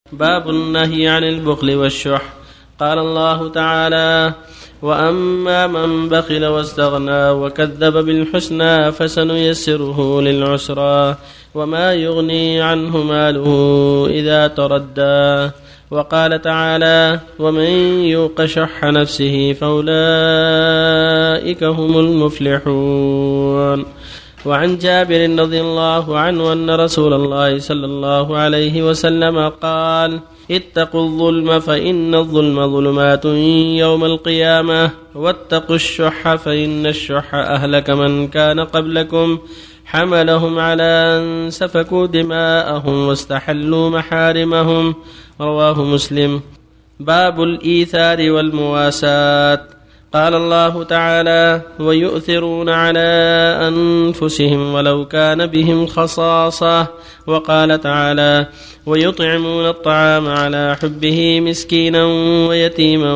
باب النهي عن البخل والشح. قال الله تعالى: وأما من بخل واستغنى وكذب بالحسنى فسنيسره للعسرى وما يغني عنه ماله إذا تردى. وقال تعالى: ومن يوق شح نفسه فأولئك هم المفلحون. وعن جابر رضي الله عنه أن رسول الله صلى الله عليه وسلم قال: اتقوا الظلم فإن الظلم ظلمات يوم القيامة، واتقوا الشح فإن الشح أهلك من كان قبلكم، حملهم على أن سفكوا دماءهم واستحلوا محارمهم. رواه مسلم. باب الإيثار والمواساة. قال الله تعالى: ويؤثرون على أنفسهم ولو كان بهم خصاصة. وقال تعالى: ويطعمون الطعام على حبه مسكينا ويتيما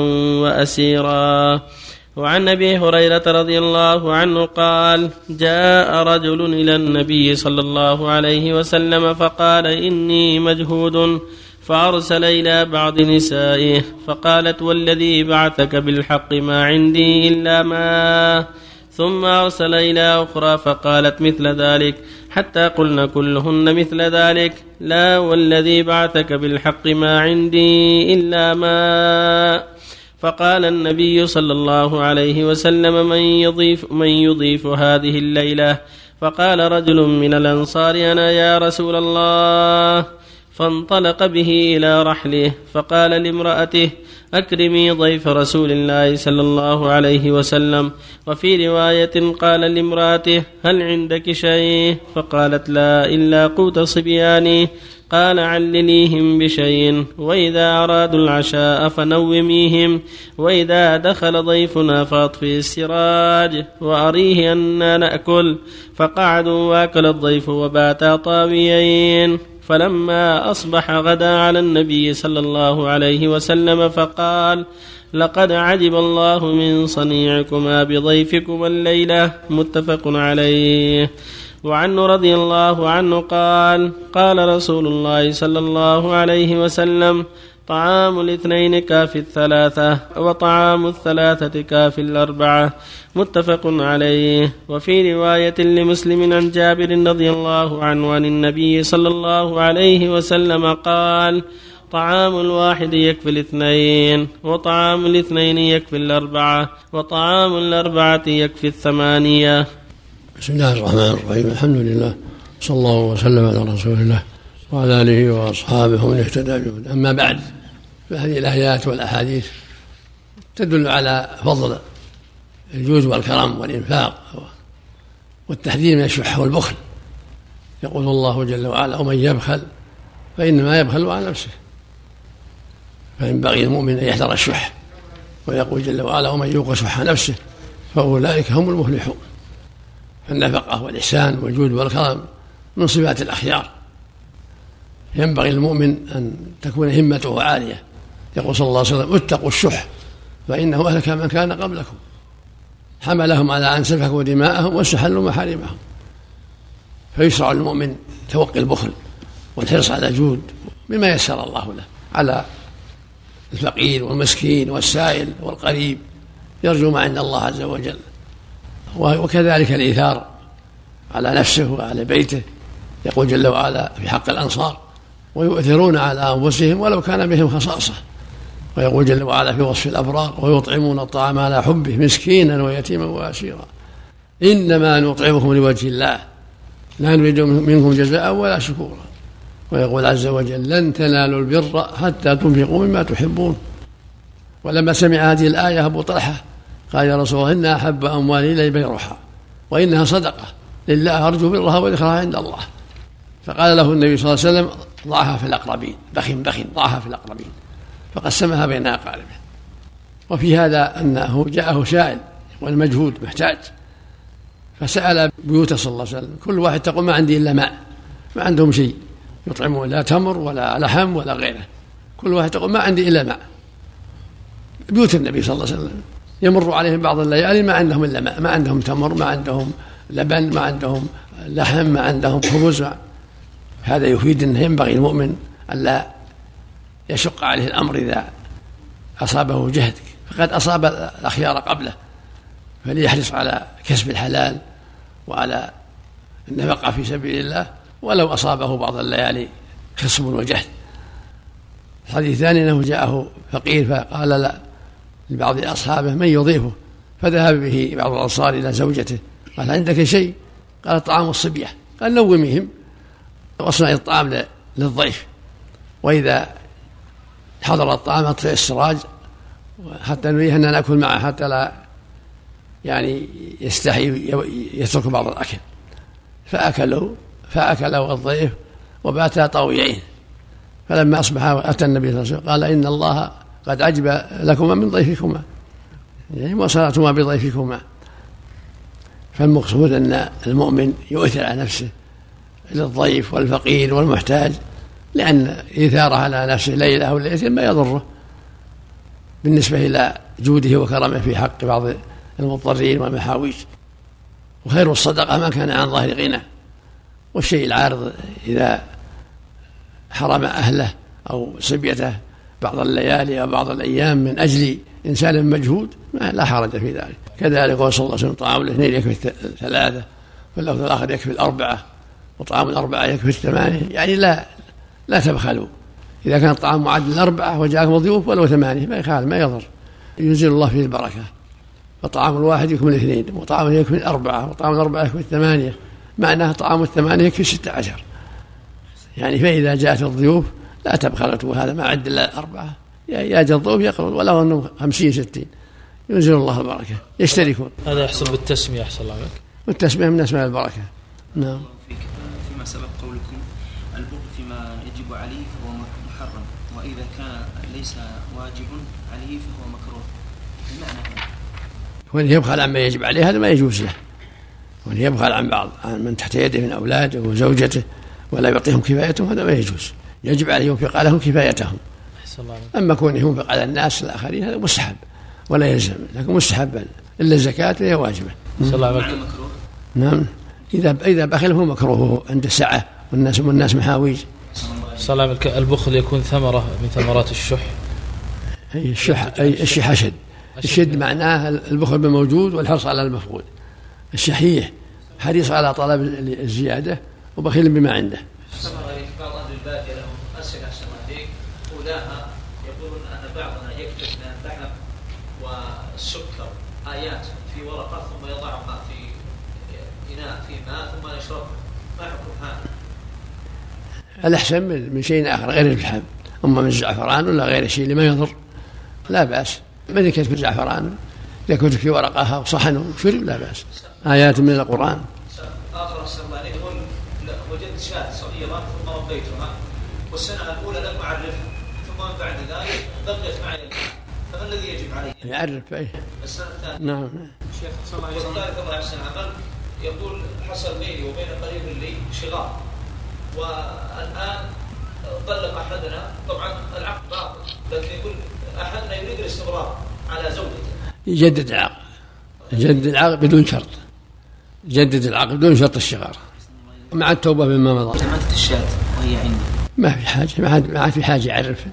وأسيرا. وعن أبي هريرة رضي الله عنه قال: جاء رجل إلى النبي صلى الله عليه وسلم فقال: إني مجهود، فأرسل إلى بعض نسائه فقالت: والذي بعثك بالحق ما عندي إلا ما، ثم أرسل إلى أخرى فقالت مثل ذلك حتى قلن كلهن مثل ذلك: لا والذي بعثك بالحق ما عندي إلا ما. فقال النبي صلى الله عليه وسلم: من يضيف هذه الليلة؟ فقال رجل من الأنصار: أنا يا رسول الله. فانطلق به إلى رحله فقال لامرأته: أكرمي ضيف رسول الله صلى الله عليه وسلم. وفي رواية قال لامرأته: هل عندك شيء؟ فقالت: لا إلا قوت صبياني. قال: علليهم بشيء، وإذا أرادوا العشاء فنوميهم، وإذا دخل ضيفنا فأطفئ السراج وأريه أننا نأكل. فقعدوا وأكل الضيف وباتا طاويين. فلما أصبح غدا على النبي صلى الله عليه وسلم فقال: لقد عجب الله من صنيعكما بضيفكما الليلة. متفق عليه. وعنه رضي الله عنه قال: قال رسول الله صلى الله عليه وسلم: طعام الاثنين كافي الثلاثة، وطعام الثلاثة كافي الأربعة. متفق عليه. وفي رواية لمسلم عن جابر رضي الله عنه عن النبي صلى الله عليه وسلم قال: طعام الواحد يكفي الاثنين، وطعام الاثنين يكفي الأربعة، وطعام الأربعة يكفي الثمانية. بسم الله الرحمن الرحيم. الحمد لله، صلى الله وسلم على رسول الله وعلى آله وأصحابه ومن اهتدى بهداه. أما بعد، فهذه الآيات والأحاديث تدل على فضل الجود والكرم والإنفاق والتحذير من الشح والبخل. يقول الله جل وعلا: ومن يبخل فإنما يبخل عن نفسه. فينبغي المؤمن أن يحذر الشح. ويقول جل وعلا: ومن يوق شح نفسه فأولئك هم المفلحون. فالنفقة والإحسان والجود والكرم من صفات الأخيار. ينبغي المؤمن أن تكون همته عالية. يقول صلى الله عليه وسلم: اتقوا الشح فإنه أهلك من كان قبلكم، حملهم على أن سفكوا دماءهم واستحلوا محارمهم. فيشرع المؤمن توقي البخل والحرص على الجود بما يسر الله له على الفقير والمسكين والسائل والقريب، يرجو ما عند الله عز وجل. وكذلك الإيثار على نفسه وعلى بيته. يقول جل وعلا في حق الأنصار: ويؤثرون على أنفسهم ولو كان بهم خصاصة. ويقول جل وعلا في وصف الأبرار: ويطعمون الطعام على حبه مسكينا ويتيما وأسيرا، إنما نطعمكم لوجه الله لا نريد منكم جزاء ولا شكورا. ويقول عز وجل: لن تنالوا البر حتى تنفقوا مما تحبون. ولما سمع هذه الآية أبو طلحة قال: يا رسول الله، إن أحب أموالي إلي بيرها، وإنها صدقة لله أرجو برها وذكرها عند الله. فقال له النبي صلى الله عليه وسلم: ضعها في الأقربين، بخن ضعها في الأقربين. فقسمها بين أقاربه. وفي هذا أنه جاءه سائل والمجهود محتاج، فسأل بيوته صلى الله عليه وسلم. كل واحد تقول: ما عندي إلا ماء، ما عندهم شيء يطعمون، لا تمر ولا لحم ولا غيره. كل واحد تقول: ما عندي إلا ماء. بيوت النبي صلى الله عليه وسلم يمر عليهم بعض الليالي ما عندهم إلا ماء، ما عندهم تمر، ما عندهم لبن، ما عندهم لحم، ما عندهم خبز. هذا يفيد أنه ينبغي المؤمن ألا يشق عليه الأمر إذا أصابه جهد، فقد أصاب الأخيار قبله، فليحرص على كسب الحلال وعلى النفقة في سبيل الله ولو أصابه بعض الليالي خصب وجهد. الحديث الثاني أنه جاءه فقير فقال لا لبعض أصحابه من يضيفه، فذهب به بعض الأنصار إلى زوجته قال عندك شيء؟ قال طعام الصبية. قال نوميهم واصنعي الطعام للضيف، وإذا حضر الطعام أطفئ السراج حتى نريه أن نأكل معه حتى لا يعني يستحي يترك بعض الأكل. فأكلوا الضيف وباتا طاويين. فلما أصبح أتى النبي صلى الله عليه وسلم قال إن الله قد عجب لكما من ضيفكما، يعني وصلتما بضيفكما. فالمقصود أن المؤمن يؤثر على نفسه للضيف والفقير والمحتاج، لأن إيثاره على نفسه ليلة أو ليلتين ما يضره بالنسبة إلى جوده وكرمه في حق بعض المضطرين والمحاويج. وخير الصدقة ما كان عن ظاهر غنى. والشيء العارض إذا حرم أهله أو صبيته بعض الليالي أو بعض الأيام من أجل إنسان مجهود لا حرج في ذلك. كذلك قال صلى الله عليه وسلم طعام الاثنين يكفي ثلاثة، واللفظ الآخر يكفي الأربعة، وطعام الأربعة يكفي الثمانية. يعني لا تبخلوا، إذا كان الطعام معد للأربعة وجاءكم ضيوف ولو ثمانية ما يخالف ما يضر، ينزل الله فيه البركة. فطعام الواحد يكمل الاثنين، وطعام يكفي الأربعة، وطعام الأربعة يكفي الثمانية، معناه طعام الثمانية يكفي 16. يعني فإذا جاءت الضيوف لا تبخلوا، هذا ما عد إلا الأربعة، يا جاء الضيوف يقرون ولو أنهم 50-60 ينزل الله البركة يشتركون. هذا يحصل بالتسمية أحسن الله عليك، والتسمية من أسماء البركة. نعم. فيما سبق قولكم البغض فيما يجب عليه فهو محرم، وإذا كان ليس واجب عليه فهو مكروه، المعنى هنا وأن يبخل عما يجب عليه هذا ما يجوز له، وأن يبخل عن بعض من تحت يده من أولاده وزوجته ولا يعطيهم كفايتهم هذا ما يجوز، يجب عليه ينفق عليهم كفايتهم. أما كونه ينفق على الناس الآخرين هذا مستحب ولا يلزم، لكن مستحب، إلا الزكاة هي واجبة. نعم. إذا بخل هو مكروه عند السعة والناس محاويج. صلى البخل يكون ثمرة من ثمرات الشح. الشح أشد. الشد معناه البخل بالموجود والحرص على المفقود. الشحيح حريص على طلب الزيادة وبخيل بما عنده. بعض أهل البادية لهم أسئلة أحسن الله عليك، أولاها يقولون أن بعضنا يكتب من اللحم والسكر آيات في ورقة ثم يضعها في إناء في ماء ثم يشربها، ما حكم هذا؟ الأحسن من شيء آخر غير اللحم، أما من الزعفران ولا غير الشيء اللي ما يضر لا بأس. من كتب الزعفران إذا كتب في ورقها وصحن وشرب لا بأس. آيات من القرآن. آخر أحسن الله عليك، يقول وجدت شاة صغيرة ثم ربيتها والسنة الأولى لم أعرفها ثم من بعد ذلك بقيت معي، فما الذي يجب علي؟ يعرف فيه السنة الثانية. نعم. شيخ صلى الله عليه وسلم الله يحسن عمل، يقول حصل بيني وبين قريب لي شغار، والآن طلق أحدنا، طبعا العقد باطل، لكن يقول أحدنا يريد الاستمرار على زوجته. يجدد العقد، يجدد العقد بدون شرط، يجدد العقد بدون شرط الشغار مع التوبة مما مضى. تملكت الشاة وهي عندي ما في حاجة، ما عاد في حاجة يعرف.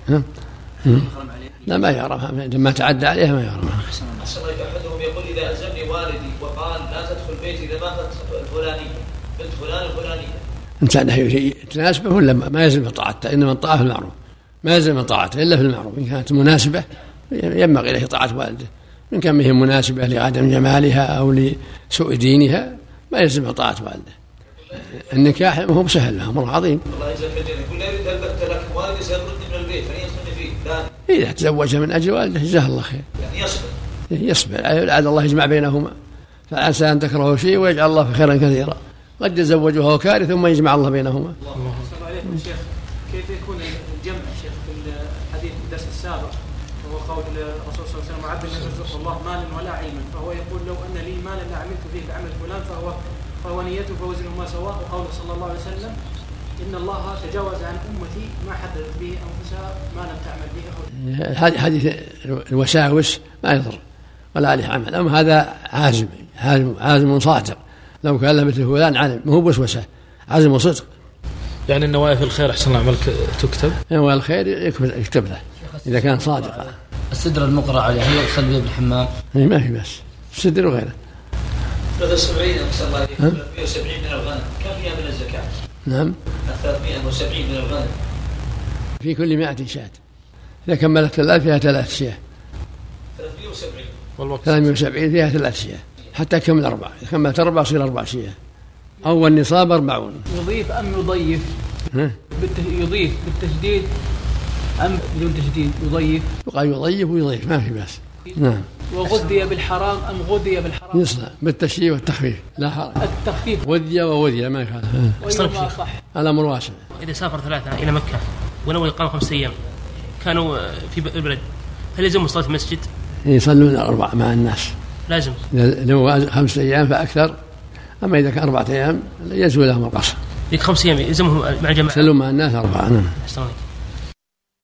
لا ما يغرمها، لما تعدى عليها ما يغرمها. أحدهم يقول إذا ألزمني والدي وقال لا تدخل بيتي إذا ماتت الفلانية بنت فلان الفلانية، إنسان يتناسبه ولا ما يلزم في طاعته، إنما الطاعة في المعروف، ما يلزم من طاعته إلا في المعروف. إن كانت مناسبة ينبغي إليه طاعة والده، إن كان هي مناسبة لعدم جمالها أو لسوء دينها ما يلزم طاعة والده. النكاح هو سهل، أمر عظيم. الله يجزاك خير. يقول لا يريد البت لك والدي سيطردني من البيت فليدخلني فيه. إذا تزوجها من أجل والده جزاه الله خير. يعني يصبر لعل الله يجمع بينهما، فعسى أن تكرهوا شيء ويجعل الله في خيرا كثيرا. قد يتزوجها وكاره ثم يجمع الله بينهما. الله عليكم شيخ، كيف يكون الجمع شيخ في الحديث الدرس السابق وهو قول الرسول صلى الله عليه وسلم عبد لم يرزق الله مالا ولا علما، فهو يقول لو أن لي مالا لعملت فيه بعمل فلان فهو نيته فوزنهما سواء، وقول صلى الله عليه وسلم إن الله تجاوز عن أمتي ما حدثت به أنفسها ما لم تعمل به. حديث الوساوس ما يضر ولا عليه عمل، أما هذا عازم صادق، لو كان مثل فلان علم ما هو وسوسة، عزم وصدق يعني النوايا الخير أحسن الأعمال تكتب؟ نوايا الخير يكتب له إذا كان صادقا. السدر المقرع عليه هل يغسل به بالحمام؟ ما في بس السدر وغيره. 73 أحسن الله عليك 370 من الغنم كم فيها من الزكاة؟ نعم 370 من الغنم في كل 100 شاة. إذا كملت 3 فيها 3 شياه. 370 فيها 3 شياه حتى كمل 4. إذا كملت 4 يصير 4 شياه. أول نصاب 40. يضيف أم يضيف؟ يضيف بالتشديد أم بدون تشديد؟ يضيف. يقال يضيف ويضيف ما في بس. نعم. وغذي بالحرام أم غذي بالحرام؟ يصلح بالتشديد والتخفيف لا حرج. التخفيف وذي ووذي ما يخالف. ويما صح. الأمر واسع. إذا سافر 3 إلى مكة ولو إقامة 5 أيام كانوا في البلد هل يلزمهم صلاة المسجد؟ يصلون 4 مع الناس لازم. لو 5 أيام فأكثر. أما إذا كان 4 أيام يزول لهم القصر. ذيك 5 أيام يلزمهم مع الجماعة. يصلون مع الناس 4. نعم.